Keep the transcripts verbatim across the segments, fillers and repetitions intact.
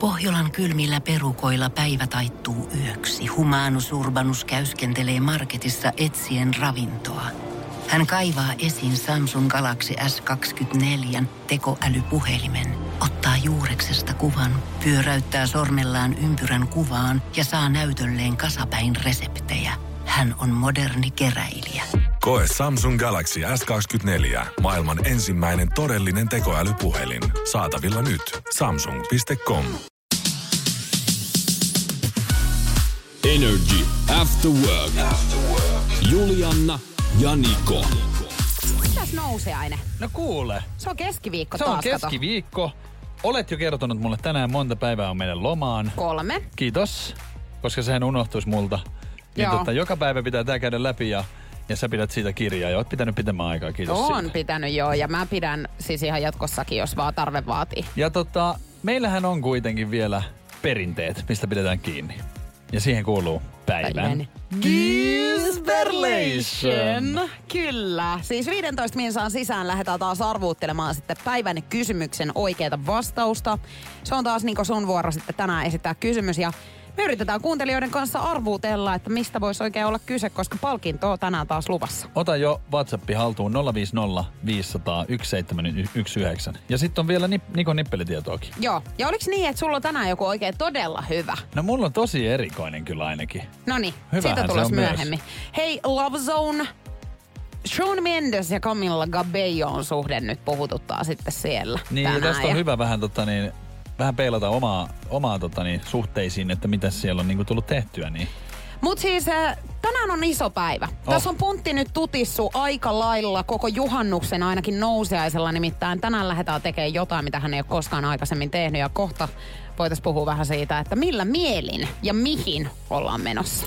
Pohjolan kylmillä perukoilla päivä taittuu yöksi. Humanus Urbanus käyskentelee marketissa etsien ravintoa. Hän kaivaa esiin Samsung Galaxy S kaksikymmentäneljä tekoälypuhelimen, ottaa juureksesta kuvan, pyöräyttää sormellaan ympyrän kuvaan ja saa näytölleen kasapäin reseptejä. Hän on moderni keräilijä. Koe Samsung Galaxy S kaksikymmentäneljä, maailman ensimmäinen todellinen tekoälypuhelin. Saatavilla nyt. samsung piste com. Energy After Work. After work. Julianna ja Niko. Mitäs nousiaine? No kuule. Se on keskiviikko Se taas, on keskiviikko. Kato. Olet jo kertonut mulle tänään monta päivää on meidän lomaan. Kolme. Kiitos, koska sehän unohtuisi multa. Niin totta, joka päivä pitää tää käydä läpi ja, ja sä pidät siitä kirjaa ja oot pitänyt pitemmän aikaa. Kiitos Oon siitä. pitänyt joo ja mä pidän siis ihan jatkossakin, jos vaan tarve vaatii. Ja tota, meillähän on kuitenkin vielä perinteet, mistä pidetään kiinni. Ja siihen kuuluu päivän, päivän. Gisberlation. Kyllä. Siis viisitoista minsaan sisään lähdetään taas arvuuttelemaan sitten päivän kysymyksen oikeata vastausta. Se on taas Niko sun vuoro sitten tänään esittää kysymys ja me yritetään kuuntelijoiden kanssa arvuutella, että mistä voisi oikein olla kyse, koska palkinto on tänään taas luvassa. Ota jo WhatsApp haltuun nolla viisi nolla viisi nolla nolla yksi seitsemän yksi yhdeksän. Ja sitten on vielä Nip- Nikon nippelitietoakin. Joo. Ja oliks niin, että sulla on tänään joku oikein todella hyvä? No mulla on tosi erikoinen kyllä ainakin. Noniin, Hyvähän siitä se tulos on myöhemmin. Myös. Hei, Love Zone. Shawn Mendes ja Camila Cabellon suhde nyt puhututtaa sitten siellä Niin, tänään. tästä on ja... hyvä vähän tota niin... Vähän peilata omaa, omaa tota niin, suhteisiin, että mitä siellä on niinku tullut tehtyä. Niin. Mut siis äh, tänään on iso päivä. Oh. Tässä on puntti nyt tutissu aika lailla koko juhannuksen ainakin nousiaisella. Nimittäin tänään lähdetään tekemään jotain, mitä hän ei ole koskaan aikaisemmin tehnyt. Ja kohta voitaisiin puhua vähän siitä, että millä mielin ja mihin ollaan menossa.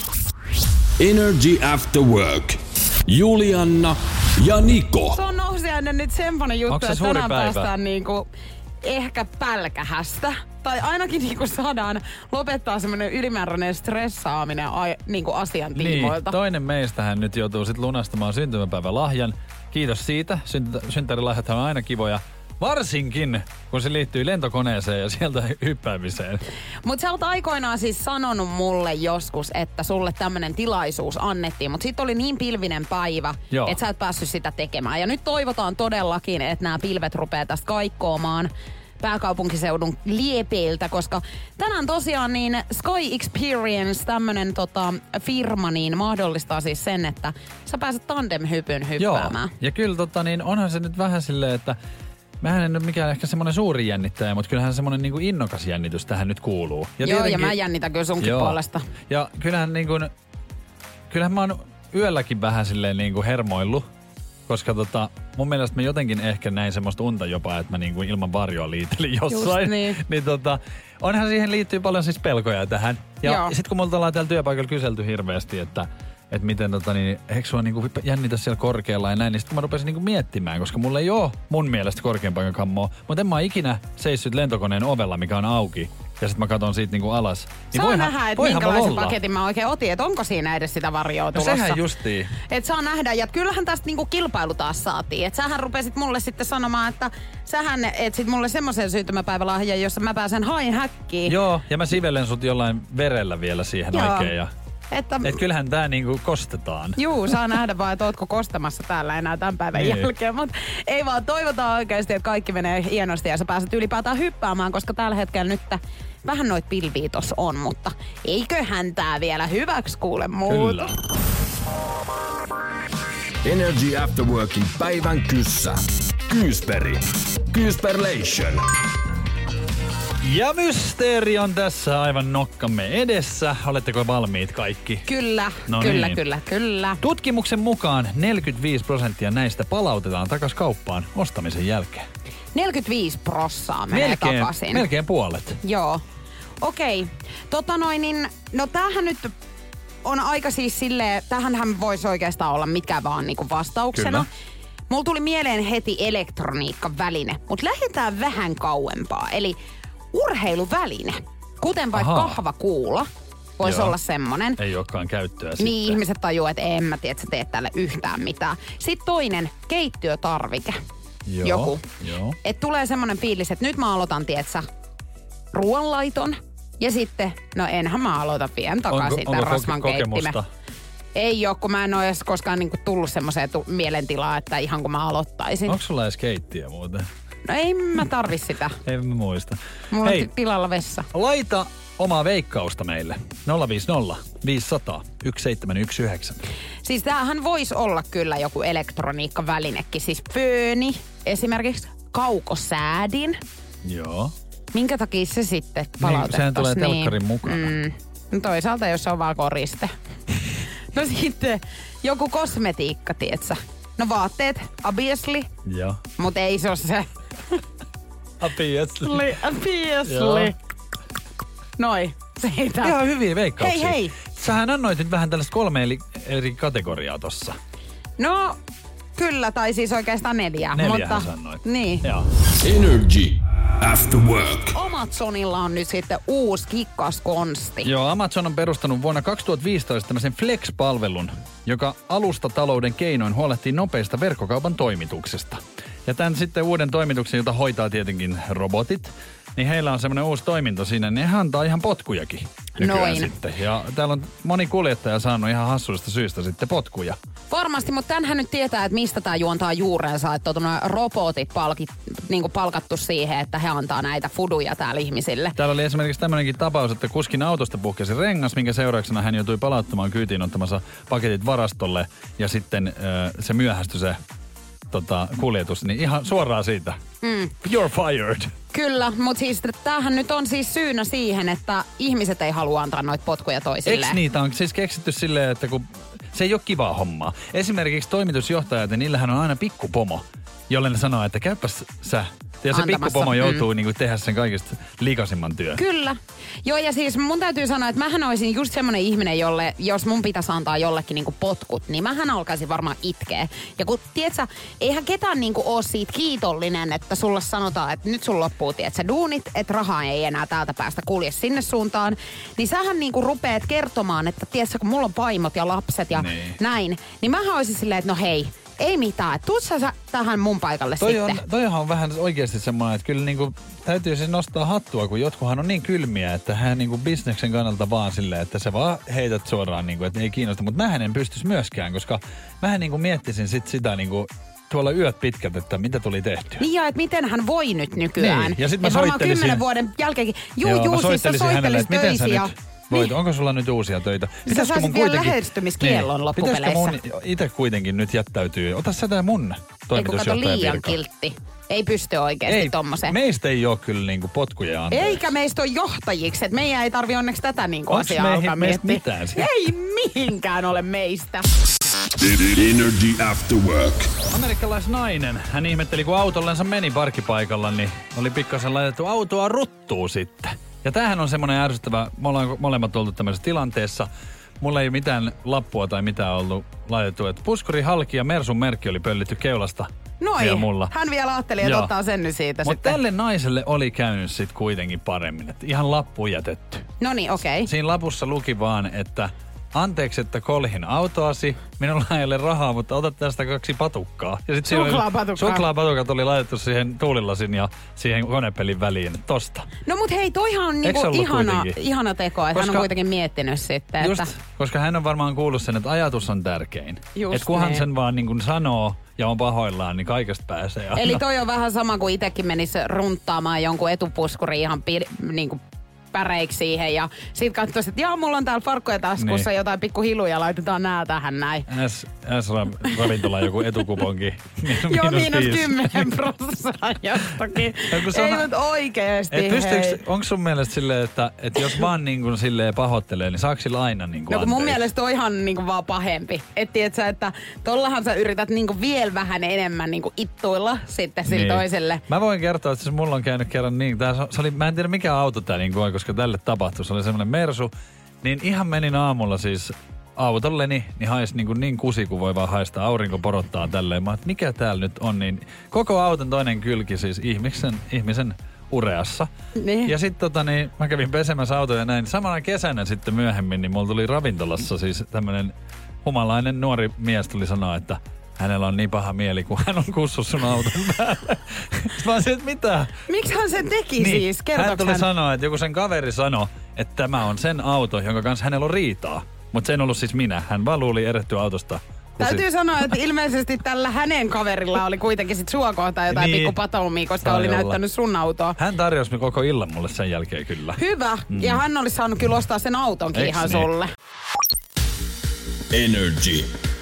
Energy After Work. Julianna ja Niko. Se on nousiainen nyt semmonen juttu, Onko se että suuri tänään päivä? päästään niinku... ehkä pälkähästä. Tai ainakin niinku saadaan lopettaa semmoinen ylimääräinen stressaaminen a, niinku asian tiimoilta. Niin, toinen meistähän nyt joutuu sit lunastamaan syntymäpäivälahjan. Kiitos siitä. Synt- synttärilahjathan on aina kivoja. Varsinkin, kun se liittyy lentokoneeseen ja sieltä hyppäämiseen. Mut sä oot aikoinaan siis sanonut mulle joskus, että sulle tämmönen tilaisuus annettiin. Mut sit oli niin pilvinen päivä, että sä et päässyt sitä tekemään. Ja nyt toivotaan todellakin, että nämä pilvet rupeaa tästä kaikkoamaan pääkaupunkiseudun liepeiltä, koska tänään tosiaan niin Sky Experience, tämmönen tota, firma, niin mahdollistaa siis sen, että sä pääset tandemhypyn hyppäämään. Joo, ja kyllä tota, niin onhan se nyt vähän silleen, että mähän en ole mikään ehkä semmoinen suuri jännittäjä, mutta kyllähän semmoinen niinku innokas jännitys tähän nyt kuuluu. Ja joo, ja mä jännitän kyllä sunkin joo. puolesta. Ja kyllähän niinku, kyllähän mä oon yölläkin vähän silleen niinku hermoillut, koska tota, mun mielestä mä jotenkin ehkä näin semmoista unta jopa, että mä niinku ilman varjoa liitelin jossain. Just niin. niin tota, onhan siihen liittyy paljon siis pelkoja tähän. Ja sit kun multa ollaan täällä työpaikalla kyselty hirveästi, että että miten tota niin, eikö sua niinku jännitä siellä korkealla ja näin, niin sit kun mä rupesin niinku miettimään, koska mulla ei oo mun mielestä korkean paikan kammoa, mutta en mä ikinä seissyt lentokoneen ovella, mikä on auki, ja sit mä katon siitä niinku alas. Niin saa voihan, nähdä, että voihan minkälaisen paketin mä oikein otin, että onko siinä edes sitä varjoa tulossa. No sehän justiin. Et saa nähdä, ja kyllähän tästä niinku kilpailu taas saatiin. Et sähän rupesit mulle sitten sanomaan, että sähän etsit mulle semmoisen syntymäpäivälahjan, jossa mä pääsen hain häkkiin. Joo, ja mä sivellen sut jollain verellä vielä siihen Joo. oikein, ja Että, et kyllähän tää niinku kostetaan. Juu, saa nähdä vaan, että ootko kostamassa täällä enää tämän päivän niin. jälkeen. Mutta ei vaan, toivotaan oikeasti, että kaikki menee hienosti ja sä pääset ylipäätään hyppäämään, koska tällä hetkellä nyt vähän noit pilviä tossa on, mutta eiköhän tää vielä hyväksi kuule muuta. Kyllä. Energy After Workin päivän kyssä. Kyysperi. Kyysperlation. Ja mysteeri on tässä aivan nokkamme edessä. Oletteko valmiit kaikki? Kyllä, no kyllä, niin. kyllä, kyllä. Tutkimuksen mukaan neljäkymmentäviisi prosenttia näistä palautetaan takas kauppaan ostamisen jälkeen. neljäkymmentäviisi prossaa menee melkein, takaisin. Melkein puolet. Joo. Okei. Okay. Tota noin, niin, no tämähän nyt on aika siis silleen, tähänhän voisi oikeastaan olla mikä vaan niinku vastauksena. Kyllä. Mulla tuli mieleen heti elektroniikkaväline, mutta lähdetään vähän kauempaa. Eli urheiluväline, kuten vaikka Ahaa. kahvakuula, voisi olla semmonen. Ei olekaan käyttöä sitten. Niin, ihmiset tajuu, että en mä tiedä, että sä teet tälle yhtään mitään. Sitten toinen, keittiötarvike. Joo, Joku. joo. Et tulee semmonen fiilis, että nyt mä aloitan, tietsä, ruoanlaiton. Ja sitten, no enhän mä aloita vien takaisin onko, tämän onko rasvan keittimen. kokemusta? Ei ole, kun mä en ole edes koskaan niinku tullut semmoiseen tu- mielentilaa, että ihan kun mä aloittaisin. Onko sulla edes keittiö muuten? No ei mä tarvi sitä. Ei mä muista. Mulla Hei, on tilalla vessa. Laita omaa veikkausta meille. nolla viisi nolla viisi nolla nolla yksi seitsemän yksi yhdeksän. Siis tämähän voisi olla kyllä joku elektroniikkavälinekin. Siis fööni, esimerkiksi kaukosäädin. Joo. Minkä takia se sitten palautettaisiin? Niin, sehän tulee telkkarin niin. mukana. Mm. No toisaalta, jos on vaan koriste. No sitten joku kosmetiikka, tietsä. No vaatteet, obviously. Joo. Mut ei se ole se. Obviously. Obviously. Noi, siitä. Ihan hyviä veikkauksia. Hei, hei. Sähän annoit nyt vähän tällaista kolme eri kategoriaa tossa. No, kyllä, tai siis oikeastaan neljä. Neljähän mutta, sanoit. Niin. Joo. Energy After Work. Amazonilla on nyt sitten uusi kikkaskonsti. Joo, Amazon on perustanut vuonna kaksituhattaviisitoista tämmöisen Flex-palvelun, joka alustatalouden keinoin huolehtii nopeista verkkokaupan toimituksista. Ja tämän sitten uuden toimituksen, jota hoitaa tietenkin robotit, niin heillä on semmoinen uusi toiminto siinä, niin he antaa ihan potkujakin nykyään Noin. sitten. Ja täällä on moni kuljettaja saanut ihan hassuista syistä sitten potkuja. Varmasti, mutta tämänhän nyt tietää, että mistä tämä juontaa juurensa, että on robotit palkit, niin kuin palkattu siihen, että he antaa näitä fuduja täällä ihmisille. Täällä oli esimerkiksi tämmöinenkin tapaus, että kuskin autosta puhkesi rengas, minkä seurauksena hän joutui palauttamaan kyytiin ottamansa paketit varastolle ja sitten äh, se myöhästyi se tota, kuljetus, niin ihan suoraan siitä. Mm. You're fired. Kyllä, mutta siis tämähän nyt on siis syynä siihen, että ihmiset ei halua antaa noita potkuja toisilleen. Eikö niitä on siis keksitty silleen, että kun se ei ole kivaa hommaa. Esimerkiksi toimitusjohtajat, ja niillähän on aina pikkupomo, jolle ne sanoo, että käypäs sä. Ja se Antamassa. pikkupomo joutuu mm. niinku tehdä sen kaikista likaisimman työn. Kyllä. Joo, ja siis mun täytyy sanoa, että mähän olisin just semmoinen ihminen, jolle, jos mun pitäisi antaa jollekin niinku potkut, niin mähän alkaisin varmaan itkeä. Ja kun, tietsä, eihän ketään niinku ole siitä kiitollinen, että sulle sanotaan, että nyt sun loppuu, tietsä, duunit, että rahaa ei enää täältä päästä kulje sinne suuntaan. Niin sähän niinku rupeat kertomaan, että tietsä, kun mulla on paimot ja lapset ja niin. näin, niin mähän olisin silleen, että no hei, ei mitään, että tuut sä tähän mun paikalle toi sitten. On, toihan on vähän oikeasti semmoinen, että kyllä niinku, täytyy siis nostaa hattua, kun jotkuhan on niin kylmiä, että hän niinku bisneksen kannalta vaan silleen, että sä vaan heität suoraan, niinku, että ei kiinnosta. Mutta mähän en pystyisi myöskään, koska mähän niinku miettisin sit sitä niinku, tuolla yöt pitkät, että mitä tuli tehtyä. Niin ja, että miten hän voi nyt nykyään. Niin. Ja sit mä ja varmaan soittelisin. kymmenen vuoden jälkeenkin. Juu, Joo, juu, mä siis sä soittelisin hänelle, että miten sä töisiä. nyt voit, Niin. onko sulla nyt uusia töitä? Sä saisit vielä lähestymiskiellon loppupeleissä. Pitäisikö mun itse kuitenkin nyt jättäytyy? Ota sä tää mun Ei kun kato toimitusjohtajan liian virka. kiltti. Ei pysty oikeesti Ei, tommoseen. meistä ei oo kyllä niinku potkuja anteeksi. Eikä meistä ole johtajiksi, että meidän ei tarvi onneksi tätä niinku Onks asiaa meihin- alkaa meistä miettiä. mitään siitä? Ei mihinkään ole meistä. Energy After Work. Amerikkalaisnainen, hän ihmetteli kun autollensa meni parkkipaikalla, niin oli pikkasen laitettu autoa ruttuu sitten. Ja tämähän on semmoinen ärsyttävä, me ollaan molemmat oltu tämmöisessä tilanteessa. Mulla ei mitään lappua tai mitään ollut laitettu, että puskuri halki ja Mersun merkki oli pöllitty keulasta. Ja Noin, mulla. hän vielä ajatteli, että Joo. ottaa sen nyt siitä Mutta sitten. tälle naiselle oli käynyt sit kuitenkin paremmin, että ihan lappu jätetty. No niin, okei. Okay. Siinä lapussa luki vaan, että anteeksi, että kolhin autoasi. Minulla ei ole rahaa, mutta ota tästä kaksi patukkaa. Ja sit siinä oli- Suklaapatukkaa. Suklaapatukat oli laitettu siihen tuulilasin ja siihen konepelin väliin. Tosta. No mut hei, toihan on niinku se ollut ihana, kuitenkin? ihana teko, että hän on Koska- kuitenkin miettinyt sitten, Just, että... koska hän on varmaan kuullut sen, että ajatus on tärkein. Just että kunhan niin. sen vaan niin kuin sanoo ja on pahoillaan, niin kaikesta pääsee aina. Eli toi on vähän sama kuin itsekin menisi runttaamaan jonkun etupuskurin ihan pi, niin kuin päreiksi siihen ja sit katsoisi, että joo, mulla on täällä farkkuja taskussa Niin. jotain pikkuhiluja, laitetaan nää tähän näin. S, S-ravintola joku etukuponki. Joo, miinus viisi. kymmenen prosenttia jostakin. Ja kun se Ei on- mut oikeesti, Et hei. pystyykö, onko sun mielestä silleen, että, että jos vaan niin kuin silleen pahoittelee, niin saako sillä aina niin kuin No kun mun anteeksi? mielestä on ihan niinku vaan pahempi. Et tiiätsä, että tollahan sä yrität niinku vielä vähän enemmän niinku ittuilla sitten sille Niin. toiselle. Mä voin kertoa, että siis mulla on käynyt kerran niin, tää, se oli, mä en tiedä mikä auto tää niin on, koska tälle tapahtui, se oli semmoinen Mersu, niin ihan menin aamulla siis autolleni, niin haisi niin, kuin niin kusi kuin voi vaan haistaa, aurinko porottaa tälleen. Mä että mikä täällä nyt on, niin koko auton toinen kylki siis ihmisen, ihmisen ureassa. Niin. Ja sitten tota, niin, mä kävin pesemässä autoja näin. Samana kesänä sitten myöhemmin, niin mulla tuli ravintolassa siis tämmönen humalainen nuori mies tuli sanoa, että hänellä on niin paha mieli, kun hän on kussut sun auton päälle. Mä oon että mitä? Miksi hän sen teki niin, siis? Kertoks hän tuli hän? sanoa, että joku sen kaveri sanoi, että tämä on sen auto, jonka kanssa hänellä on riitaa. Mutta se en ollut siis minä. Hän vaan luuli erehtyä autosta. Täytyy sanoa, että ilmeisesti tällä hänen kaverilla oli kuitenkin sit sua kohtaan jotain niin, pikkupatoumia, koska oli olla. näyttänyt sun autoa. Hän tarjosi koko illan mulle sen jälkeen kyllä. Hyvä. Mm. Ja hän olisi saanut kyllä ostaa sen autonkin Eks ihan niin? sulle. Energy.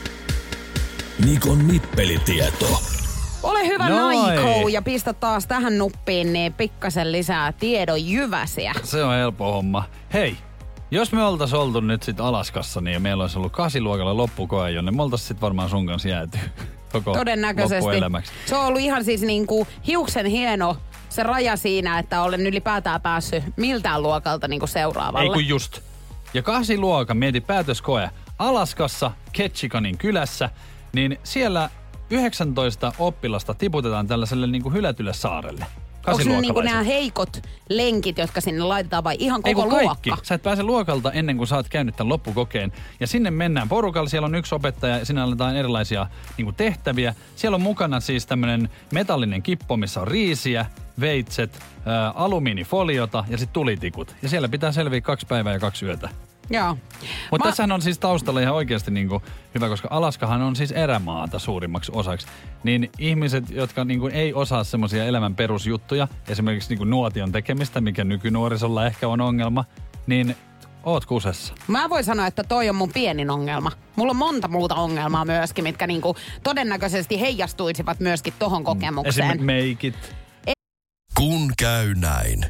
Nikon nippelitieto. Ole hyvä Noi. Naiko ja pistä taas tähän nuppiin niin pikkasen lisää tiedon jyväsiä. Se on helppo homma. Hei, jos me oltais oltu nyt sit Alaskassa niin meillä olisi ollut kasiluokalla loppukoe, jonne me oltais sit varmaan sun kanssa jääty koko loppuelämäksi. Se on ollut ihan siis niinku hiuksen hieno se raja siinä, että olen ylipäätään päässyt miltään luokalta niinku seuraavalle. Ei kun just. Ja kasiluokan, mieti päätöskoe Alaskassa, Ketchicanin kylässä, niin siellä yhdeksäntoista oppilasta tiputetaan tällaiselle niinku hylätylle saarelle. Onko ne niinku nämä heikot lenkit, jotka sinne laitetaan vai ihan koko Ei, kaikki. luokka? Sä et pääse luokalta ennen kuin sä oot käynyt tämän loppukokeen. Ja sinne mennään porukalla. Siellä on yksi opettaja ja sinne annetaan erilaisia niinku tehtäviä. Siellä on mukana siis tämmönen metallinen kippo, missä on riisiä, veitset, ää, alumiinifoliota ja sitten tulitikut. Ja siellä pitää selviä kaksi päivää ja kaksi yötä. Joo. Mutta Mä... tässähän on siis taustalla ihan oikeasti niinku hyvä, koska Alaskahan on siis erämaata suurimmaksi osaksi. Niin ihmiset, jotka niinku ei osaa semmoisia elämän perusjuttuja, esimerkiksi niinku nuotion tekemistä, mikä nykynuorisolla ehkä on ongelma, niin oot kusessa. Mä voin sanoa, että toi on mun pienin ongelma. Mulla on monta muuta ongelmaa myöskin, mitkä niinku todennäköisesti heijastuisivat myöskin tohon kokemukseen. Esimerkiksi meikit. E- Kun käy näin.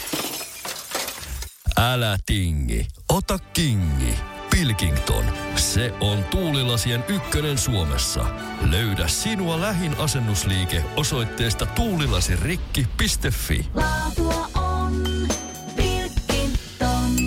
Älä tingi, ota kingi. Pilkington, se on tuulilasien ykkönen Suomessa. Löydä sinua lähin asennusliike osoitteesta tuulilasirikki piste fi. Laatua on Pilkington.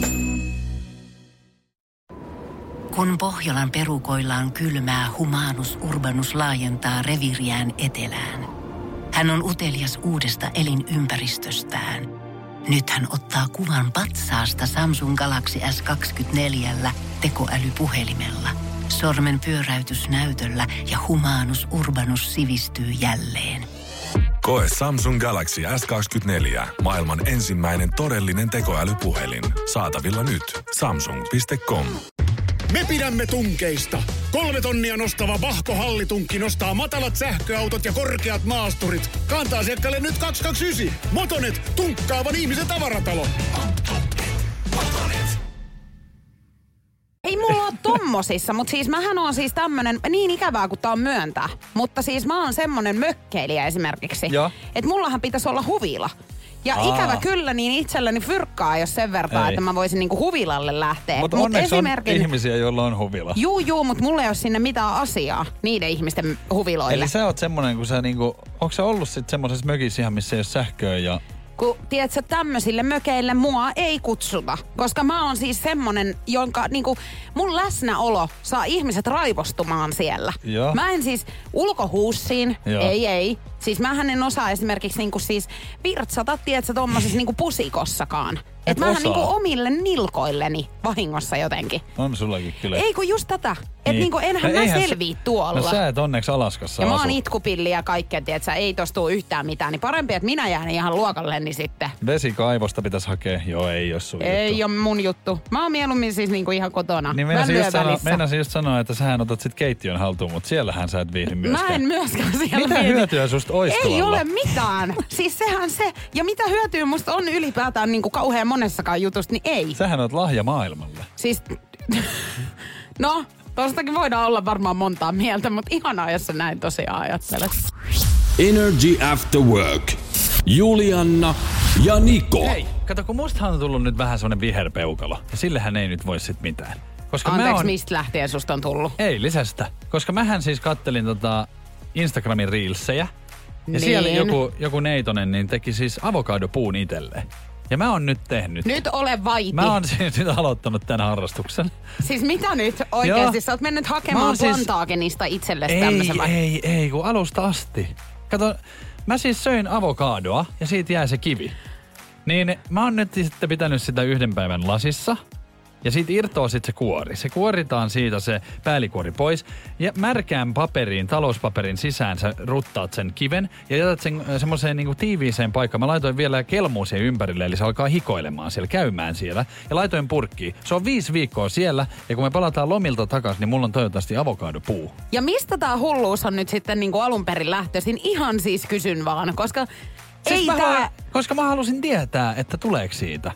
Kun Pohjolan perukoillaan kylmää, Humanus Urbanus laajentaa reviiriään etelään. Hän on utelias uudesta elinympäristöstään. Nyt hän ottaa kuvan patsaasta Samsung Galaxy S kaksikymmentäneljä tekoälypuhelimella. Sormen pyöräytys näytöllä ja Humanus Urbanus sivistyy jälleen. Koe Samsung Galaxy S kaksikymmentäneljä. Maailman ensimmäinen todellinen tekoälypuhelin. Saatavilla nyt. samsung piste com. Me pidämme tunkeista. Kolme tonnia nostava Vahko Hallitunkki nostaa matalat sähköautot ja korkeat maasturit. Kanta-asiakkaalle nyt kaksisataakaksikymmentäyhdeksän. Motonet, tunkkaavan ihmisen tavaratalo. Ei mulla ole tommosissa, mutta siis mähän on siis tämmönen, niin ikävää kuin tää on myöntää, mutta siis mä oon semmonen mökkeilijä esimerkiksi, että mullahan pitäisi olla huvila. Ja Aa. ikävä kyllä, niin itselläni fyrkkaa, jos sen vertaa, ei. että mä voisin niinku huvilalle lähteä. Mutta mut onneksi esimerkin... on ihmisiä, joilla on huvila. Juu, juu, mutta mulla ei ole sinne mitään asiaa niiden ihmisten huviloille. Eli sä oot semmonen, kun sä niinku, onko sä ollut sit semmosessa mökissä ihan, missä ei ole sähköä ja... Kun, tiedätkö, tämmöisille mökeille mua ei kutsuta. Koska mä oon siis semmonen, jonka niinku, mun läsnäolo saa ihmiset raivostumaan siellä. Joo. Mä en siis ulkohuussiin, Joo. ei ei. Siis mähän en osaa esimerkiksi niinku siis virtsata, tiedätkö, tommosessa niinku pusikossakaan. Et Et mähän osaa. niinku omille nilkoilleni vahingossa jotenkin. On sullakin kyllä. Ei kun just tätä. Niin. Että niinku enhän no, mä selvii tuolla. No sä et onneksi Alaskassa Ja asu. mä oon itkupilli ja kaikkea, tiedätkö, ei tosta tuu yhtään mitään. Niin parempi, että minä jään ihan luokalleni sitten. Vesikaivosta pitäisi hakea. Joo, ei ole sun Ei juttu. ole mun juttu. Mä oon mieluummin siis niinku ihan kotona. Niin meinasin just, sano, meinasin just sanoa, että sähän otat sit keittiön haltuun, mutta siellähän sä et viihdy myöskään. Mä en myöskään siellä Mitä viihdy. hyötyä susta ois Ei tuolla? ole mitään. Siis sehän se. Ja mitä hyötyä musta on ylipäätään niinku kauhean monessakaan jutusta, niin ei. Sähän oot lahja maailmalle. Siis, no, tostakin voidaan olla varmaan montaa mieltä, mutta ihanaa, jos sä näin tosiaan ajattelet. Energy After Work. Julianna ja Niko. Hei, kato, kun mustahan on tullut nyt vähän semmonen viherpeukalo. Ja sillehän ei nyt voi sit mitään. Koska Anteeksi, on... mistä lähtien susta on tullut? Ei, lisästä. Koska mähän siis kattelin tota Instagramin reelsejä. Ja niin. siellä joku, joku neitonen niin teki siis avokadopuun itselleen. Ja mä oon nyt tehnyt. Nyt ole vaiti. Mä oon siis nyt aloittanut tämän harrastuksen. Siis mitä nyt oikeesti? Sä oot mennyt hakemaan siis... Plantaagenista itsellesi tämmöisen vai? Ei, ei, kun alusta asti. Kato, mä siis söin avokadoa ja siitä jäi se kivi. Niin mä oon nyt sitten pitänyt sitä yhden päivän lasissa. Ja siitä irtoaa sitten se kuori. Se kuoritaan siitä se päälikuori pois. Ja märkään paperiin, talouspaperin sisään sä ruttaat sen kiven ja jätät sen semmoiseen niinku tiiviiseen paikkaan. Mä laitoin vielä kelmuusien ympärille, eli se alkaa hikoilemaan siellä, käymään siellä. Ja laitoin purkkiin. Se on viisi viikkoa siellä ja kun me palataan lomilta takaisin, niin mulla on toivottavasti avokadopuu. Ja mistä tää hulluus on nyt sitten niinku alun perin lähtöisin? Ihan siis kysyn vaan, koska siis ei mä tää... haluan, koska mä halusin tietää, että tuleeko siitä.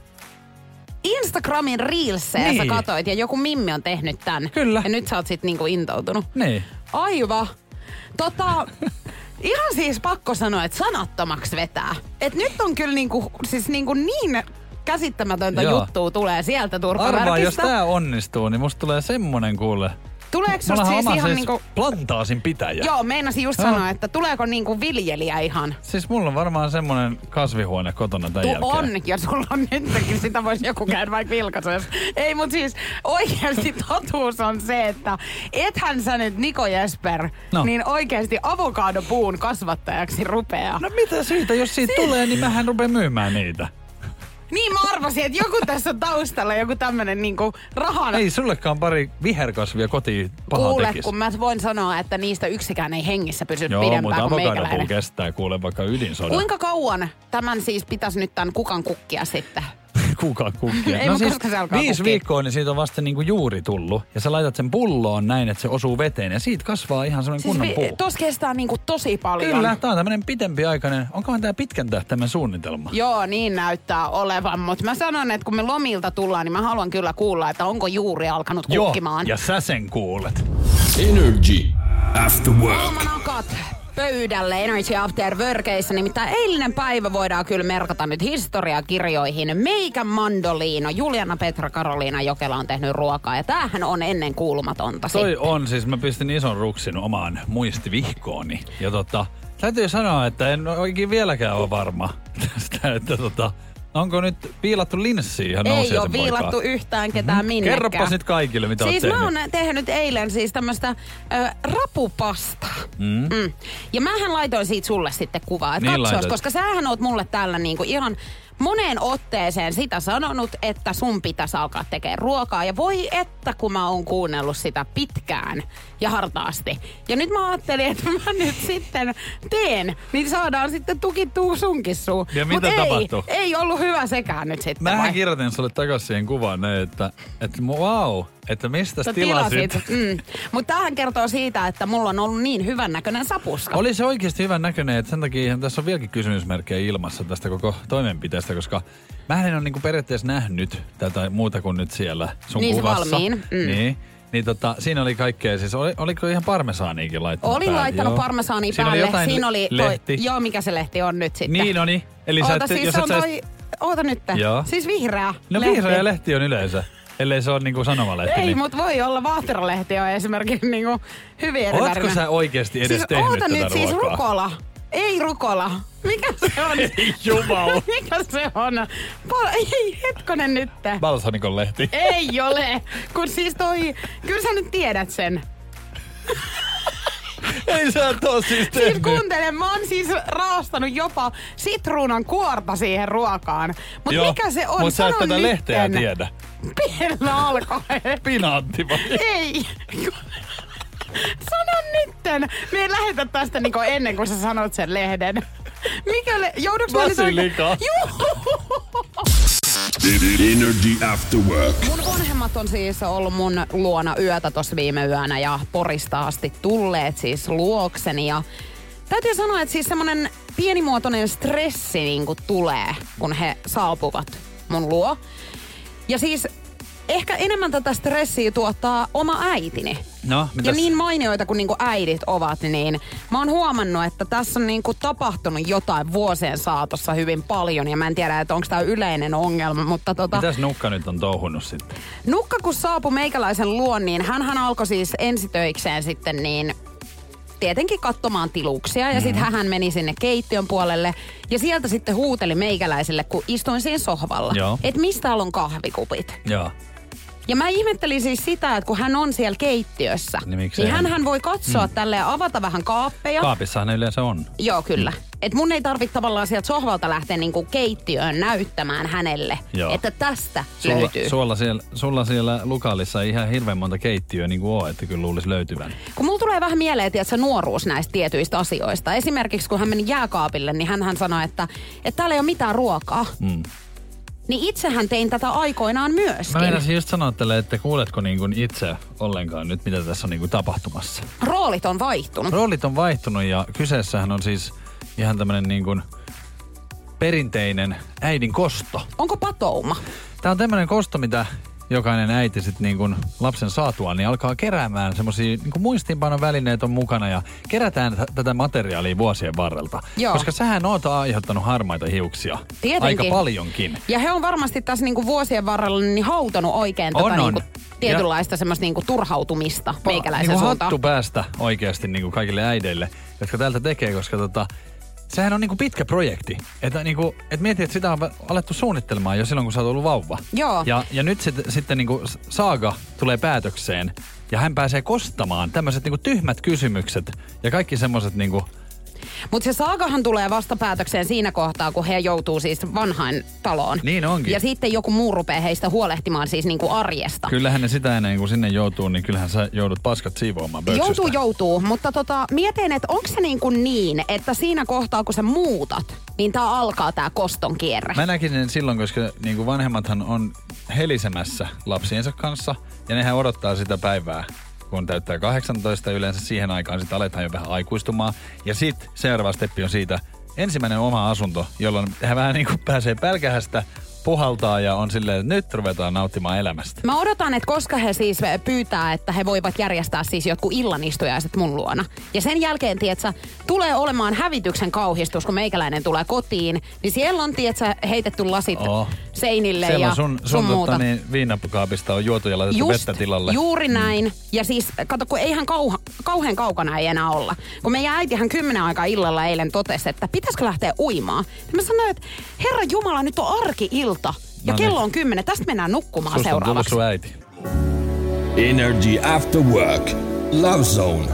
Instagramin reelsejä niin. Sä katoit ja joku Mimmi on tehnyt tän. Kyllä. Ja nyt sä oot sit niinku intoutunut. Niin. Aivan. Tota, ihan siis pakko sanoa, että sanattomaksi vetää. Et nyt on kyllä niinku, siis niinku niin käsittämätöntä Joo. juttua tulee sieltä turpavärkistä. Arvaa, jos tää onnistuu, niin musta tulee semmonen kuule. Tuleeko susta siis ihan siis niinku... plantaasin pitäjä. Joo, meinasin just Joo. sanoa, että tuleeko niinku viljelijä ihan? Siis mulla on varmaan semmonen kasvihuone kotona tän tu- jälkeen. On, ja sulla on nytkin, sitä voisi joku käydä vaikka vilkaisuudessa. Ei, mut siis oikeasti totuus on se, että ethän sä nyt Niko Jesper, no. niin oikeasti avokadopuun kasvattajaksi rupeaa. No mitä siitä, jos siitä si- tulee, niin mähän rupean myymään niitä. Niin mä arvasin, että joku tässä on taustalla, joku tämmönen niinku rahan... Ei sullekaan pari viherkasvia kotiin pahaa Kuule, tekis. kun mä voin sanoa, että niistä yksikään ei hengissä pysy Joo, pidempään kuin meikäläinen. Joo, meikäläinen. mutta kestää kuule vaikka ydinsodan. Kuinka kauan tämän siis pitäisi nyt tämän kukan kukkia sitten? Kuka kukkia? Ei, No siis koska se alkaa viisi kukkia. viikkoa, niin siitä on vasta niinku juuri tullut. Ja sä laitat sen pulloon näin, että se osuu veteen. Ja siitä kasvaa ihan semmoinen Siis kunnon vi- puu. tos kestää niinku tosi paljon. Kyllä, tää on tämmönen pitempiaikainen. Onkohan tää pitkän tähtäimen suunnitelma? Joo, niin näyttää olevan. Mutta mä sanon, että kun me lomilta tullaan, niin mä haluan kyllä kuulla, että onko juuri alkanut kukkimaan. Joo, ja sä sen kuulet. Energy After Work. Almanakat pöydälle Energy After Workissa. Nimittäin eilinen päivä voidaan kyllä merkata nyt historiakirjoihin. Meikän mandoliino, Juliana Petra Karoliina Jokela on tehnyt ruokaa. Ja tämähän on ennen kuulumatonta. Toi sitten. on, siis mä pistin ison ruksin omaan muistivihkooni. Ja tota, täytyy sanoa, että en oikein vieläkään ole varma tästä, että tota, onko nyt viilattu linssiin ihan Ei nousiaisen ole viilattu poikaa? yhtään ketään Mm-hmm. minnekään. Kerropas nyt kaikille, mitä Siis oot mä tehnyt. oon tehnyt eilen siis tämmöstä ö, rapupastaa. Mm. Mm. Ja mähän laitoin siitä sulle sitten kuvaa, että Niin katsois, laitoit. koska sähän oot mulle tällä niinku ihan moneen otteeseen sitä sanonut, että sun pitäisi alkaa tekemään ruokaa. Ja voi että, kun mä oon kuunnellut sitä pitkään ja hartaasti. Ja nyt mä ajattelin, että mä nyt sitten teen, niin saadaan sitten tukittua sunkin suun. Ja mitä Mut tapahtui? Ei, ei ollut hyvä sekään nyt sitten. Mähän vai? kirjoitin sulle takaisin siihen kuvaan näin, että, että wow, että mistä Sä tilasit. tilasit. Mm. Mutta tämähän kertoo siitä, että mulla on ollut niin hyvän näköinen sapuska. Oli se oikeasti hyvän näköinen, että sen takia tässä on vieläkin kysymysmerkkejä ilmassa tästä koko toimenpiteestä, koska mä en ole niinku periaatteessa nähnyt tätä muuta kuin nyt siellä sun Niin se kuvassa. valmiin, mm. Niin. Niin tota, siinä oli kaikkea, siis oli, oliko ihan parmesaaniikin laittanut Olin päälle? laittanut Joo. parmesaania Siinä päälle. Oli jotain Siinä oli toi, lehti. joo, mikä se lehti on nyt sitten. Niin, no niin. Eli sä Oota, et, siis jos se et on sä toi, oota nyt. Joo. Siis vihreä No lehti. vihreä lehti on yleensä, ellei se ole niinku sanomalehti. Ei, niin. mutta voi olla vaahteralehti on esimerkiksi niinku hyvin eri Ootko värinen. sä oikeasti edes siis, tehnyt oota tätä nyt, siis ruokaa? rukola. Ei rukola. Mikä se on? Ei jumala. Mikä se on? Pal- ei, hetkonen nyt. Balsanikon lehti. Ei ole. Kun siis toi, kyllä sä nyt tiedät sen. Ei sä et oo siis tehnyt. Siis kuuntele, mä oon siis raastanut jopa sitruunan kuorta siihen ruokaan. Mut Joo, mikä se on? Mut sä et Sano tätä nytten. lehteä tiedä. Pienellä alkoen. Pinaatti vai? Ei. Sano nytten. Me ei lähetä tästä niinku ennen kuin sä sanot sen lehden. Mikä le... Jouduks mä nyt Basilika. oikein- Juu. Energy After Work. Mun vanhemmat on siis ollut mun luona yötä tossa viime yönä ja Porista asti tulleet siis luokseni. Ja täytyy sanoa, että siis semmonen pienimuotoinen stressi niinku tulee, kun he saapuvat mun luo. Ja siis ehkä enemmän tätä stressiä tuottaa oma äitini. No, mitäs? Ja niin mainioita kuin niinku äidit ovat, niin mä oon huomannut, että tässä on niinku tapahtunut jotain vuosien saatossa hyvin paljon. Ja mä en tiedä, että onko tää yleinen ongelma, mutta tota... Mitäs Nukka nyt on touhunut sitten? Nukka kun saapui meikäläisen luon, niin hänhän alkoi siis ensitöikseen sitten niin tietenkin katsomaan tiluksia. Ja mm-hmm. sitten hän meni sinne keittiön puolelle ja sieltä sitten huuteli meikäläiselle, kun istuin siinä sohvalla. Että mistä täällä on kahvikupit. Joo. Ja mä ihmettelin siis sitä, että kun hän on siellä keittiössä, Niin niin, miksei niin hän- hän voi katsoa mm. tälleen, avata vähän kaappeja. Kaapissahan ne yleensä on. Joo, kyllä. Mm. et mun ei tarvitse tavallaan sieltä sohvalta lähteä niinku keittiöön näyttämään hänelle, Joo. että tästä sulla, löytyy. Sulla siellä, sulla siellä Lukalissa ei ihan hirveän monta keittiöä niin kuin ole, että kyllä luulisi löytyvän. Kun mulla tulee vähän mieleen, että nuoruus näistä tietyistä asioista. Esimerkiksi kun hän meni jääkaapille, niin hän sanoi, että, että täällä ei ole mitään ruokaa. Mm. Niin itsehän tein tätä aikoinaan myöskin. Mä meinasin just sanoa tälle, että kuuletko niin kuin itse ollenkaan nyt, mitä tässä on niin kuin tapahtumassa. Roolit on vaihtunut. Roolit on vaihtunut ja kyseessähän on siis ihan tämmönen niin kuin perinteinen äidin kosto. Onko patouma? Tää on tämmönen kosto, mitä jokainen äiti sit niin kuin lapsen saatuaan niin alkaa keräämään semmosia niin kuin muistiinpanon välineet on mukana ja kerätään t- tätä materiaalia vuosien varrelta. Joo. Koska sähän oot aiheuttanut harmaita hiuksia. Tietenkin. Aika paljonkin. Ja he on varmasti tässä niin kuin vuosien varrella niin hautonut oikein on, tätä on. Niin kuin tietynlaista ja semmoista niin kuin turhautumista pa- meikäläisen niin kuin suuntaan. hattu päästä oikeasti niin kuin kaikille äideille, jotka tältä tekee, koska tota sehän on niinku pitkä projekti. Että niinku, et mieti, että sitä on alettu suunnittelemaan jo silloin, kun sä oot ollut vauva. Joo. Ja, ja nyt sit, sitten niinku saaga tulee päätökseen ja hän pääsee kostamaan tämmöiset niinku tyhmät kysymykset ja kaikki semmoiset niinku. Mutta se saagahan tulee vastapäätökseen siinä kohtaa, kun he joutuu siis vanhain taloon. Niin onkin. Ja sitten joku muu rupeaa heistä huolehtimaan siis niinku arjesta. Kyllähän ne sitä ennen kuin sinne joutuu, niin kyllähän sä joudut paskat siivoamaan pöksystä. Joutuu, joutuu. Mutta tota, mietin, että onko se niin kuin niin, että siinä kohtaa, kun sä muutat, niin tää alkaa tää koston kierre. Mä näkisin silloin, koska niin kuin vanhemmathan on helisemässä lapsiensa kanssa ja nehän odottaa sitä päivää. Kun täyttää kahdeksantoista yleensä siihen aikaan, sitten aletaan jo vähän aikuistumaan. Ja sitten seuraava steppi on siitä ensimmäinen oma asunto, jolloin hän vähän niin kuin pääsee pälkähästä, puhaltaa ja on silleen, että nyt ruvetaan nauttimaan elämästä. Mä odotan, että koska he siis pyytää, että he voivat järjestää siis jotkut illanistujaiset mun luona. Ja sen jälkeen, tietsä, tulee olemaan hävityksen kauhistus, kun meikäläinen tulee kotiin. Niin siellä on, tietsä, heitetty lasit oh. seinille siellä ja sun, sun, sun muuta. Sun niin, viinakaapista on juotu ja laitettu Just, vettä tilalle. Juuri näin. Mm. Ja siis, kato, kun eihän kauha, kauhean kaukana ei enää olla. Kun meidän äitihän kymmenen aikaa illalla eilen totesi, että pitäisikö lähteä uimaan. Ja mä sanoin, että Herra Jumala, nyt on arki-ilta. Ja no kello on kymmenen. Tästä mennään nukkumaan Susta seuraavaksi. Susta on tullut sun äiti. Energy After Work. Love Zone.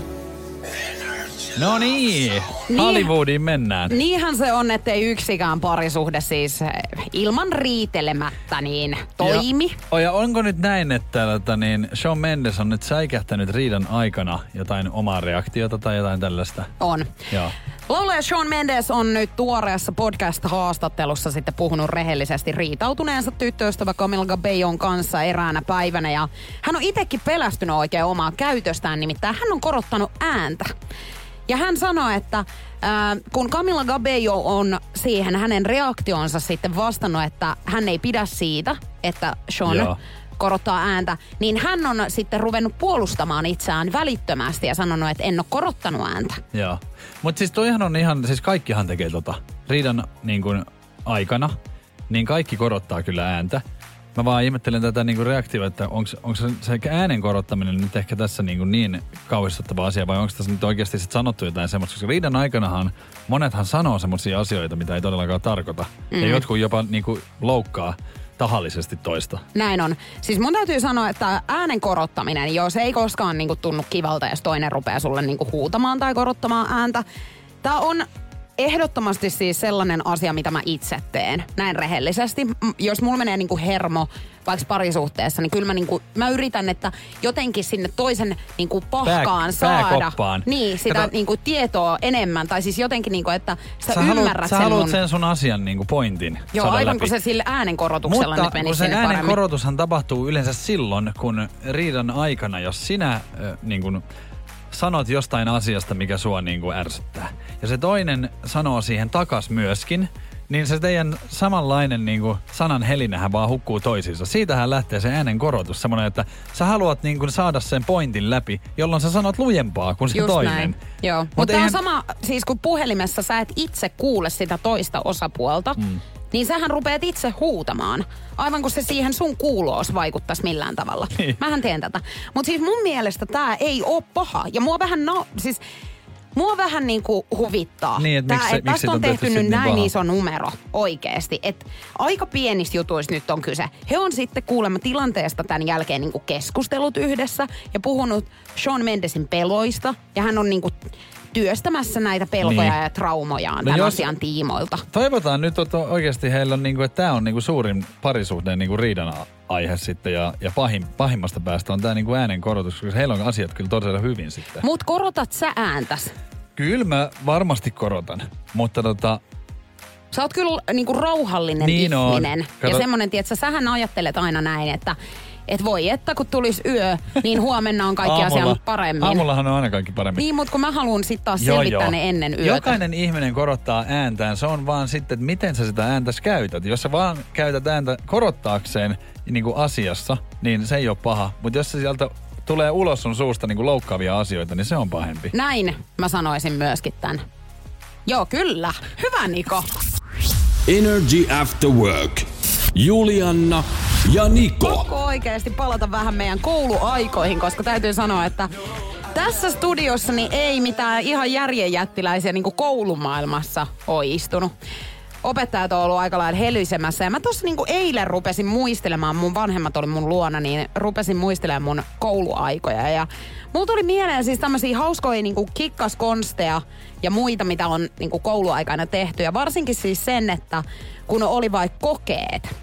No niin, Hollywoodiin mennään. Niinhän se on, ettei yksikään parisuhde siis ilman riitelemättä niin toimi. Ja, ja onko nyt näin, että, että niin Shawn Mendes on nyt säikähtänyt riidan aikana jotain omaa reaktiota tai jotain tällaista? On. Joo. Laulaja Shawn Mendes on nyt tuoreessa podcast-haastattelussa sitten puhunut rehellisesti riitautuneensa tyttöystävä Camila Cabellon kanssa eräänä päivänä. Ja hän on itsekin pelästynyt oikein omaa käytöstään, nimittäin hän on korottanut ääntä. Ja hän sanoi, että äh, kun Camila Cabello on siihen hänen reaktionsa sitten vastannut, että hän ei pidä siitä, että Shawn Joo. korottaa ääntä, niin hän on sitten ruvennut puolustamaan itseään välittömästi ja sanonut, että en ole korottanut ääntä. Joo. Mutta siis toihan on ihan, siis kaikkihan tekee tota. Riidan niin kuin aikana, niin kaikki korottaa kyllä ääntä. Mä vaan ihmettelen tätä niinku reaktiota, että onko se, se äänen korottaminen nyt ehkä tässä niinku niin kauhistuttava asia, vai onko tässä nyt oikeasti sit sanottu jotain semmoista, koska riidan aikanahan monethan sanoo semmoisia asioita, mitä ei todellakaan tarkoita. Mm. Ja jotkut jopa niinku loukkaa tahallisesti toista. Näin on. Siis mun täytyy sanoa, että äänen korottaminen, jos ei koskaan niinku tunnu kivalta, jos toinen rupeaa sulle niinku huutamaan tai korottamaan ääntä. Tää on ehdottomasti siis sellainen asia, mitä mä itse teen, näin rehellisesti. Jos mulla menee niinku hermo vaikka parisuhteessa, niin kyllä mä, niinku, mä yritän, että jotenkin sinne toisen niinku pahkaan Pää, saada pääkoppaan. Niin, sitä Kato, niinku tietoa enemmän. Tai siis jotenkin, niinku, että sä, sä ymmärrät haluat, sen Sä haluat mun sen sun asian niinku pointin. Joo, aivan läpi. kun se sille äänenkorotuksella Mutta nyt menisi sinne paremmin. Mutta se äänenkorotushan tapahtuu yleensä silloin, kun riidan aikana, jos sinä äh, niin kuin sanot jostain asiasta, mikä sua niin kuin ärsyttää. Ja se toinen sanoo siihen takas myöskin, niin se teidän samanlainen niin kuin sanan helinähän vaan hukkuu toisiinsa. Siitähän lähtee se äänen korotus. Semmoinen, että sä haluat niin kuin saada sen pointin läpi, jolloin sä sanot lujempaa kuin se Just toinen. Näin. Joo. Mutta Mut eihän on sama, siis kun puhelimessa sä et itse kuule sitä toista osapuolta, mm. niin sähän rupeat itse huutamaan. Aivan kun se siihen sun kuuloos vaikuttaisi millään tavalla. Niin. Mähän teen tätä. Mutta siis mun mielestä tää ei oo paha. Ja mua vähän, no, siis mua vähän niinku huvittaa. Niin, että miksi, et tästä on tehty nyt näin niin iso numero oikeesti. Että aika pienistä jutuista nyt on kyse. He on sitten kuulemma tilanteesta tämän jälkeen niinku keskustellut yhdessä ja puhunut Shawn Mendesin peloista. Ja hän on niinku työstämässä näitä pelkoja niin. ja traumojaan no tämän jos, asian tiimoilta. Toivotaan nyt, että oikeasti heillä on, niin kuin, että tämä on niin kuin suurin parisuhteen niin kuin riidan aihe sitten ja, ja pahim, pahimmasta päästä on tämä niin kuin äänen korotus, koska heillä on asiat kyllä todella hyvin sitten. Mut korotat sä ääntäs? Kyllä mä varmasti korotan, mutta tota... Sä oot kyllä niinku rauhallinen niin ihminen. Ja semmonen, tietsä, sähän ajattelet aina näin, että et voi, että kun tulisi yö, niin huomenna on kaikki asiat paremmin. Aamullahan on aina kaikki paremmin. Niin, mutta kun mä haluan sitten taas selvittää ne ennen yötä. Jokainen ihminen korottaa ääntään. Se on vaan sitten, että miten sä sitä ääntäs käytät. Jos sä vaan käytät ääntä korottaakseen niin kuin asiassa, niin se ei ole paha. Mutta jos se sieltä tulee ulos sun suusta niin kuin loukkaavia asioita, niin se on pahempi. Näin mä sanoisin myöskin tän. Joo, kyllä. Hyvä, Niko. Energy After Work. Julianna ja Niko. Pakko oikeasti palata vähän meidän kouluaikoihin, koska täytyy sanoa, että tässä studiossa niin ei mitään ihan järjenjättiläisiä niin kuin koulumaailmassa ole istunut. Opettajat on ollut aika lailla helisemässä. Ja mä tossa niinku eilen rupesin muistelemaan, mun vanhemmat oli mun luona, niin rupesin muistelemaan mun kouluaikoja. Ja mulla tuli mieleen siis tämmösiä hauskoja niinku kikkaskonsteja ja muita, mitä on niinku kouluaikana tehty. Ja varsinkin siis sen, että kun oli vaikka kokeet.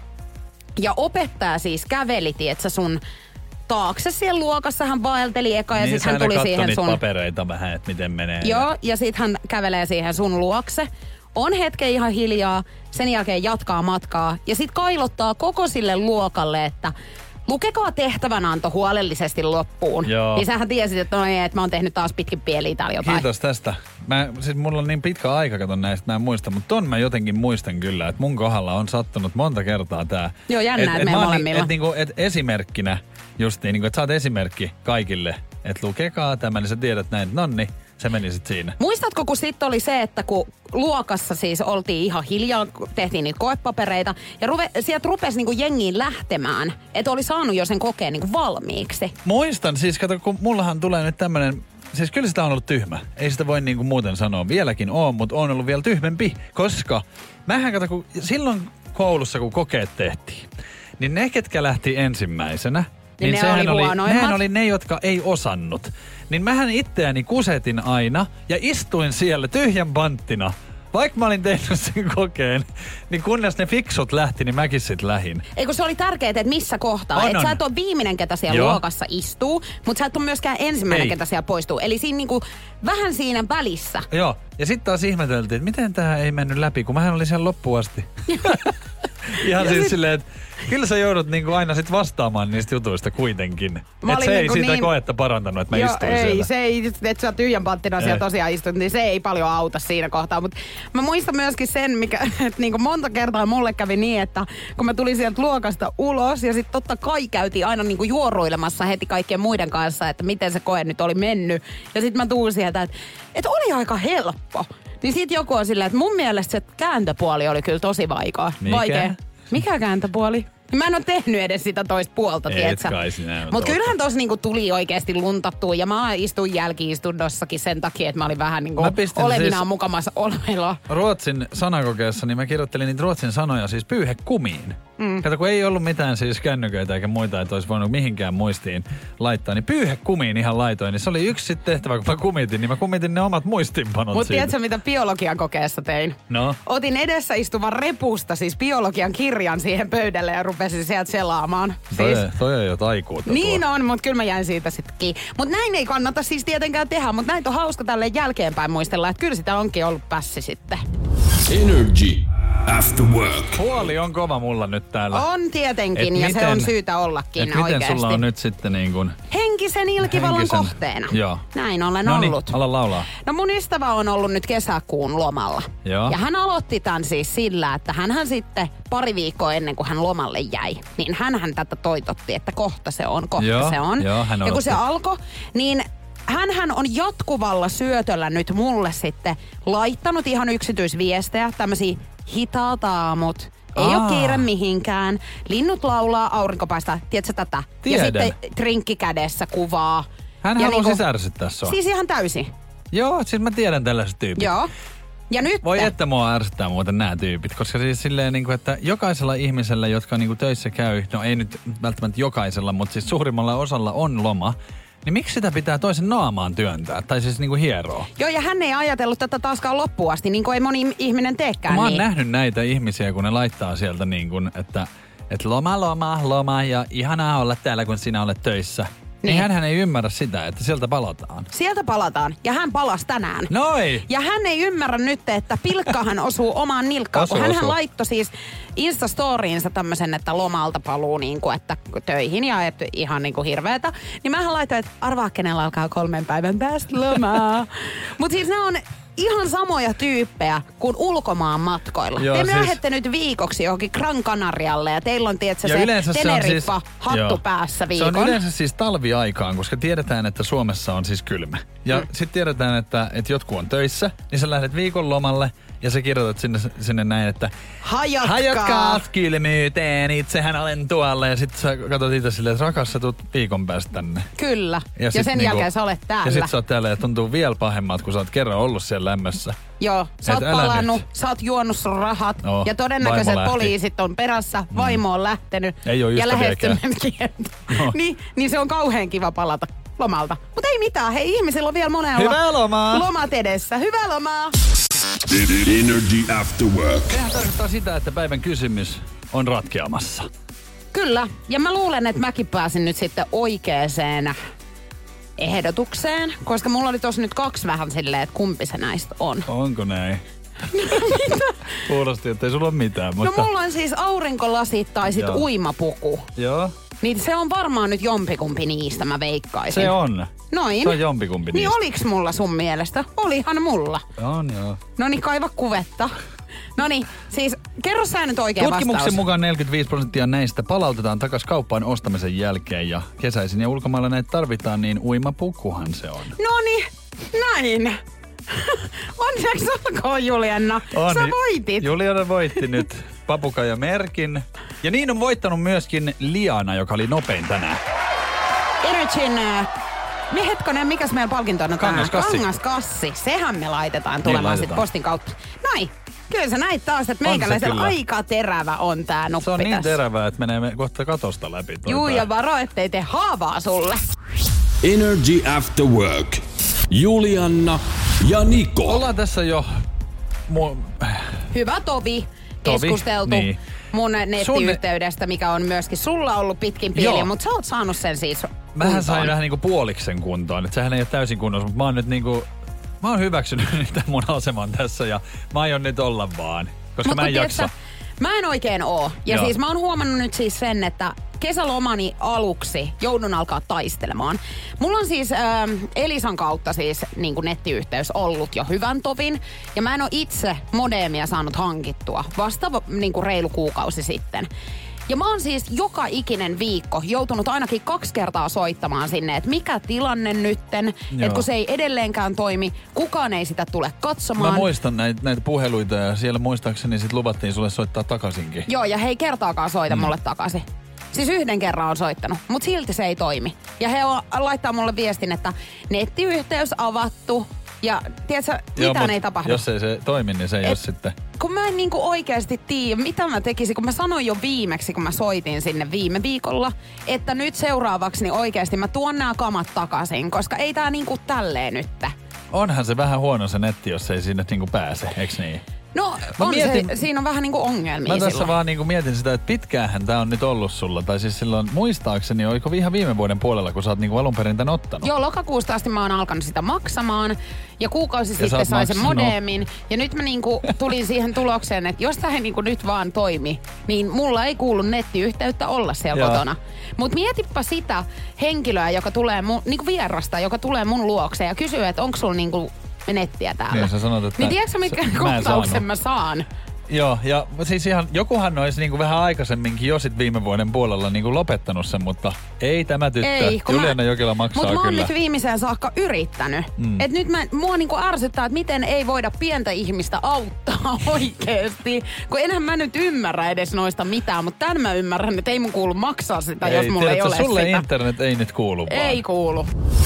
Ja opettaja siis käveli, tietsä, sun taakse siellä luokassa. Hän vaelteli eka ja niin, sit hän tuli siihen sun... papereita vähän, että miten menee. Joo, ja sit hän kävelee siihen sun luokse. On hetken ihan hiljaa, sen jälkeen jatkaa matkaa ja sit kailottaa koko sille luokalle, että lukekaa tehtävänanto huolellisesti loppuun. Joo. Niin sähän tiesit, että, no ei, että mä oon tehnyt taas pitkin pieliä täällä jotain. Kiitos tästä. Mä, siis mulla on niin pitkä aika, katon näistä, mä en muista, mutta ton mä jotenkin muistan kyllä, että mun kohdalla on sattunut monta kertaa tää. Joo, jännä, että et me molemmilla. Että niinku, et esimerkkinä justiin, niinku, että sä oot esimerkki kaikille, että lukekaa tämä, niin sä tiedät näin, että nonni. Se meni sit siinä. Muistatko, kun sitten oli se, että kun luokassa siis oltiin ihan hiljaa, tehtiin niitä koepapereita ja ruve, sieltä rupesi niinku jengiin lähtemään, että oli saanut jo sen kokeen niinku valmiiksi. Muistan, siis kato, kun mullahan tulee nyt tämmönen, siis kyllä sitä on ollut tyhmä. Ei sitä voi niinku muuten sanoa. Vieläkin on, mutta on ollut vielä tyhmempi, koska mähän kato, kun silloin koulussa, kun kokeet tehtiin, niin ne, ketkä lähti ensimmäisenä, niin, niin sehän oli, oli nehän oli ne, jotka ei osannut. Niin mähän itseäni kusetin aina ja istuin siellä tyhjän panttina. Vaikka mä olin tehnyt sen kokeen, niin kunnes ne fiksut lähti, niin mäkin sit lähin. Eikö se oli tärkeää, että missä kohtaa? Että sä et ole viimeinen, ketä siellä Joo. luokassa istuu, mutta sä et ole myöskään ensimmäinen, ei. ketä siellä poistuu. Eli siinä niinku, vähän siinä välissä. Joo, ja sitten taas ihmeteltiin, että miten tää ei mennyt läpi, kun mähän olin siellä loppuun asti. Ihan siis sit... silleen, että kyllä sä joudut niinku aina sit vastaamaan niistä jutuista kuitenkin. Että se ei niinku siitä niin... koetta parantanut, että mä Joo, istuin ei, siellä. Se ei, että sä tyhjän panttina siellä tosiaan istut, niin se ei paljon auta siinä kohtaa. Mutta mä muistan myöskin sen, mikä, että niinku monta kertaa mulle kävi niin, että kun mä tulin sieltä luokasta ulos ja sitten totta kai käytiin aina niinku juoruilemassa heti kaikkien muiden kanssa, että miten se koe nyt oli mennyt. Ja sitten mä tuun sieltä, että, että oli aika helppo. Niin sit joku on silleen, että mun mielestä se kääntöpuoli oli kyllä tosi vaikea. Mikä? Vaikea. Mikä kääntöpuoli? Mä en ole tehnyt edes sitä toista puolta, tietsä. Mutta kyllähän tossa niinku tuli oikeasti luntattua ja mä istuin jälki-istunnossakin sen takia, että mä olin vähän niinku olevinaan siis mukamassa olevilla. Ruotsin sanakokeessa, niin mä kirjoittelin niitä ruotsin sanoja siis pyyhekumiin. Mm. Kato, kun ei ollut mitään siis kännyköitä eikä muita, että olisi voinut mihinkään muistiin laittaa, niin pyyhekumiin ihan laitoin. Niin se oli yksi sitten tehtävä, kun mä kumitin, niin mä kumitin ne omat muistiinpanot. Mutta tiedätkö, mitä biologian kokeessa tein? No? Otin edessä istuvan repusta, siis biologian kirjan siihen pöydälle ja rupesin sieltä selaamaan. Toi, siis, toi on jo taikuutta. Niin tuo. on, mutta kyllä mä jäin siitä sittenkin. Mutta näin ei kannata siis tietenkään tehdä, mutta näitä on hauska tälleen jälkeenpäin muistella, että kyllä sitä onkin ollut pässi sitten. Energy After Work. Huoli on kova mulla nyt täällä. On tietenkin, et ja miten, se on syytä ollakin et oikeasti. Miten sulla on nyt sitten niin kuin... Henkisen ilkivallan Henkisen, kohteena. Joo. Näin olen Noniin, ollut. ala laulaa. No mun ystävä on ollut nyt kesäkuun lomalla. Joo. Ja hän aloitti tämän siis sillä, että hänhän sitten pari viikkoa ennen kuin hän lomalle jäi, niin hänhän tätä toitotti, että kohta se on, kohta Joo, se on. joo, hän ja kun se alkoi, niin... Hänhän on jatkuvalla syötöllä nyt mulle sitten laittanut ihan yksityisviestejä, tämmöisiä hitaat aamut. Ei Aa. ole kiire mihinkään. Linnut laulaa, aurinko paistaa. Tiedätkö tätä? Tiedän. Ja sitten trinkki kädessä kuvaa. Hän ja haluaa niinku, siis ärsyttää sua. Siis ihan täysin. Joo, siis mä tiedän tällaiset tyypit. Joo. Ja nyt... Voi että mua ärsyttää muuten nämä tyypit, koska siis silleen, niin kuin, että jokaisella ihmisellä, jotka niin kuin töissä käy, no ei nyt välttämättä jokaisella, mutta siis suurimmalla osalla on loma, niin miksi sitä pitää toisen naamaan työntää? Tai siis niinku hieroa? Joo, ja hän ei ajatellut tätä taaskaan loppuun asti, niin kuin ei moni ihminen teekään. Mä oon niin. nähnyt näitä ihmisiä, kun ne laittaa sieltä niin kuin, että, että loma, loma, loma ja ihanaa olla täällä, kun sinä olet töissä. Niin. Niin hänhän ei ymmärrä sitä, että sieltä palataan. Sieltä palataan. Ja hän palasi tänään. Noi! Ja hän ei ymmärrä nyt, että pilkkahan osuu omaan nilkkaan. Osu, kun hänhän osu. laittoi siis Instastoriinsa tämmöisen, että lomalta paluu niin kuin, että töihin ja että ihan niin kuin hirveetä. Niin mähän laitoin, että arvaa, kenellä alkaa kolmen päivän päästä lomaa. Mutta siis nämä on ihan samoja tyyppejä kuin ulkomaan matkoilla. Joo, Te siis lähdette nyt viikoksi johonkin Gran Canarialle ja teillä on tietysti se Teneriffa siis, hattu joo. päässä viikon. Se on yleensä siis talviaikaan, koska tiedetään, että Suomessa on siis kylmä. Ja mm. sitten tiedetään, että, että jotkut on töissä, niin sä lähdet viikon lomalle ja sä kirjoitat sinne, sinne näin, että Hajotkaa! Hajotkaa kylmyyteen, itsehän olen tuolla. Ja sit sä katsot itse silleen, että rakas, sä tuut viikon päästä tänne. Kyllä. Ja, ja sit sen niinku, jälkeen sä olet täällä. Ja sit sä oot täällä ja tuntuu vielä pahemmat, kun sä oot kerran ollut siellä lämmössä. Joo, sä oot Et älä palannut, nyt. sä oot juonut sun rahat No, ja todennäköiset vaimo lähti. poliisit on perässä, vaimo on lähtenyt Ei oo ja ystäviäkään. lähestynyt kieltä. No. niin, niin se on kauhean kiva palata lomalta. Mutta ei mitään, hei ihmisillä on vielä monella Hyvää lomaa! lomat edessä. Hyvää lomaa! Energy After Work. Sehän tarkoittaa sitä, että päivän kysymys on ratkeamassa. Kyllä, ja mä luulen, että mäkin pääsin nyt sitten oikeeseen ehdotukseen, koska mulla oli tossa nyt kaksi vähän silleen, että kumpi se näistä on. Onko näin? Kuulosti, että ei sulla ole mitään, mutta... No mulla on siis aurinkolasit tai sit Joo. uimapuku. Joo, Niin se on varmaan nyt jompikumpi niistä, mä veikkaisin. se on. Noin. Se on jompikumpi Niin niistä. oliks mulla sun mielestä? Olihan mulla. On, joo. Noniin, kaiva kuvetta. Noniin, siis kerro sä nyt oikea Tutkimuksen vastaus. mukaan neljäkymmentäviisi prosenttia näistä palautetaan takas kauppaan ostamisen jälkeen ja kesäisin ja ulkomailla näitä tarvitaan, niin uimapukuhan se on. Noniin, näin. Onneksi olkoon, Julianna. On. Sä voitit. Juliana voitti nyt papukaija merkin. Ja niin on voittanut myöskin Liana, joka oli nopein tänään. Energyn, äh, me hetkonen, mikäs meidän palkinto on tänään? Kangaskassi. Kangaskassi. Sehän me laitetaan tulemaan laitetaan. sitten postin kautta. Näin. Kyllä sä näit taas, että On se meikäläisellä kyllä. aika terävä on tää nuppi Se on niin tässä. terävää, että menee me- kohta katosta läpi. toi Juu, pää. ja varo, ettei tee haavaa sulle. Energy After Work. Julianna ja Niko. Ollaan tässä jo... Mu- Hyvä Tovi, Tovi, keskusteltu niin. mun nettiyhteydestä, mikä on myöskin sulla ollut pitkin Joo. piili, mutta sä oot saanut sen siis Mähän kuntoon. sain vähän niinku puoliksen kuntoon, että sehän ei ole täysin kunnossa, mutta mä oon nyt niinku... Mä oon hyväksynyt nyt mun aseman tässä ja mä aion nyt olla vaan, koska Mut mä en kun jaksa. tiedätkö, mä en oikein oo. Ja Joo. siis mä oon huomannut nyt siis sen, että kesälomani aluksi joudun alkaa taistelemaan. Mulla on siis äh, Elisan kautta siis niin kuin nettiyhteys ollut jo hyvän tovin. Ja mä en oo itse modeemia saanut hankittua vasta niin kuin reilu kuukausi sitten. Ja mä oon siis joka ikinen viikko joutunut ainakin kaksi kertaa soittamaan sinne, että mikä tilanne nytten, että kun se ei edelleenkään toimi, kukaan ei sitä tule katsomaan. Mä muistan näitä, näitä puheluita ja siellä muistaakseni sit luvattiin sulle soittaa takaisinkin. Joo, ja he ei kertaakaan soita mm. mulle takaisin. Siis yhden kerran on soittanut, mutta silti se ei toimi. Ja he on, laittaa mulle viestin, että nettiyhteys avattu. Ja tiedätkö, Joo, mitään mut ei tapahdu. Jos ei se toimi, niin se ei Et- ole sitten. Kun mä en niinku oikeasti tiedä, mitä mä tekisin, kun mä sanoin jo viimeksi, kun mä soitin sinne viime viikolla, että nyt seuraavaksi niin oikeasti mä tuon nämä kamat takaisin, koska ei tää niinku tälleen nyt. Onhan se vähän huono se netti, jos ei sinne niinku pääse, eiks niin? No, Mä on mietin- se, siinä on vähän niinku ongelmia Mä tässä silloin. vaan niinku mietin sitä, että pitkäänhän tää on nyt ollut sulla. Tai siis silloin muistaakseni, oliko ihan viime vuoden puolella, kun sä oot niinku alun perin tän ottanut? Joo, lokakuusta asti mä oon alkanut sitä maksamaan. Ja kuukausi sä sitten oot sain sen maksanut. modeemin. Ja nyt mä niinku tulin siihen tulokseen, että jos tää ei niinku nyt vaan toimi, niin mulla ei kuulu nettiyhteyttä olla siellä Joo. kotona. Mut mietipä sitä henkilöä, joka tulee mun, niinku vierasta, joka tulee mun luokse ja kysyy, että onko sulla niinku nettiä täällä. Niin, sä sanot, että niin tiedätkö mikä sä- mä en kohtauksen saanut. mä saan? Joo, ja siis ihan, jokuhan olisi niinku vähän aikaisemminkin jo sit viime vuoden puolella niinku lopettanut sen, mutta ei tämä tyttö. Ei, kun Juliana mä, Jokila maksaa mut mä oon kyllä. nyt viimeiseen saakka yrittänyt. Mm. Et nyt mä, mua niinku ärsyttää, että miten ei voida pientä ihmistä auttaa oikeesti. Kun enhän mä nyt ymmärrä edes noista mitään, mutta tän mä ymmärrän, että ei mun kuulu maksaa sitä, ei, jos mulla ei tiedätkö, ole sulle sitä. internet ei nyt kuulu vaan. Ei kuulu.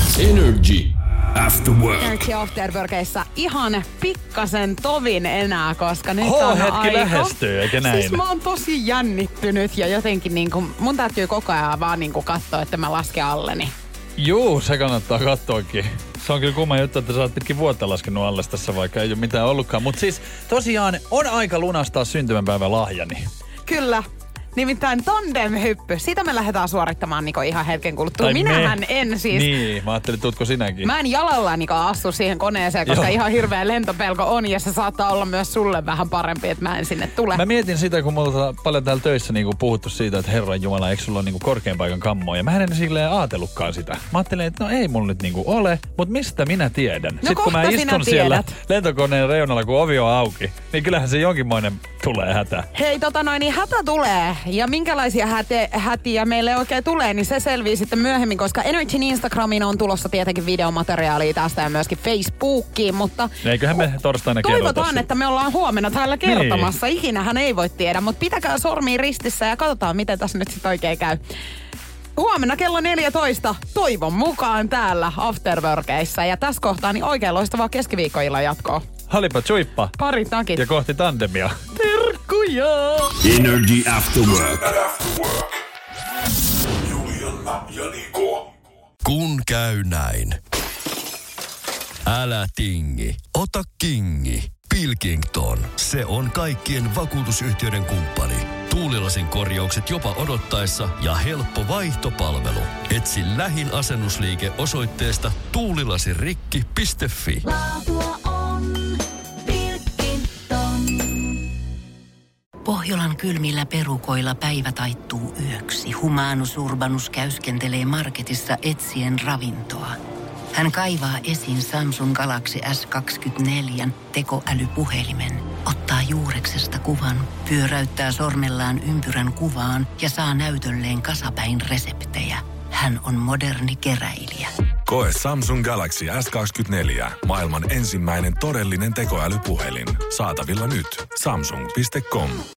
Energy After Work. Energy Afterworkissa ihan pikkasen tovin enää, koska nyt Hoo, on hetki aika. lähestyy, eikä näin? Siis mä oon tosi jännittynyt ja jotenkin niinku, mun täytyy koko ajan vaan niinku katsoa, että mä lasken alleni. Juu, se kannattaa katsoakin. Se on kyllä kumma juttu, että sä oot pitkin vuotta laskenut alle tässä, vaikka ei ole mitään ollutkaan. Mutta siis tosiaan on aika lunastaa syntymäpäivän lahjani. Kyllä. Nimittäin tandemhyppy. Sitä me lähdetään suorittamaan Niko ihan hetken kuluttua. Tai Minähän me. en siis... Niin, mä ajattelin, tuutko sinäkin? Mä en jalalla Niko astu siihen koneeseen, koska Joo. ihan hirveä lentopelko on ja se saattaa olla myös sulle vähän parempi, että mä en sinne tule. Mä mietin sitä, kun mulla on paljon täällä töissä niinku puhuttu siitä, että Herran Jumala, eikö sulla ole niinku korkean paikan kammoa? Ja mä en silleen ajatellutkaan sitä. Mä ajattelin, että no ei mulla nyt niinku ole, mutta mistä minä tiedän? No Sitten kun mä istun siellä lentokoneen reunalla, kun ovi on auki, niin kyllähän se jonkinmoinen tulee hätä. Hei, tota noin, niin hätä tulee. Ja minkälaisia häte, hätiä meille oikein tulee, niin se selvii sitten myöhemmin, koska Energyn Instagramiin on tulossa tietenkin videomateriaalia tästä ja myöskin Facebookiin, mutta... Eiköhän me torstaina kerrota. Toivotaan, että me ollaan huomenna täällä kertomassa. Niin. Ikinähän ei voi tiedä, mutta pitäkää sormiin ristissä ja katsotaan, miten tässä nyt sitten oikein käy. Huomenna kello neljätoista toivon mukaan täällä Afterworkeissa. Ja tässä kohtaa niin oikein loistavaa keskiviikkoillan jatkoa. Halipa chuippa. Parit nakit. Ja kohti tandemia. Terkkuja! Energy After Work. Julianna ja Niko. Kun käy näin. Älä tingi, ota kingi. Pilkington, se on kaikkien vakuutusyhtiöiden kumppani. Tuulilasin korjaukset jopa odottaessa ja helppo vaihtopalvelu. Etsi lähin asennusliike osoitteesta tuulilasirikki piste fi. Laatua on Pilkington. Pohjolan kylmillä perukoilla päivä taittuu yöksi. Humanus Urbanus käyskentelee marketissa etsien ravintoa. Hän kaivaa esiin Samsung Galaxy S kaksikymmentäneljä tekoälypuhelimen, ottaa juureksesta kuvan, pyöräyttää sormellaan ympyrän kuvaan ja saa näytölleen kasapäin reseptejä. Hän on moderni keräilijä. Koe Samsung Galaxy S kaksikymmentäneljä. Maailman ensimmäinen todellinen tekoälypuhelin. Saatavilla nyt. Samsung piste com.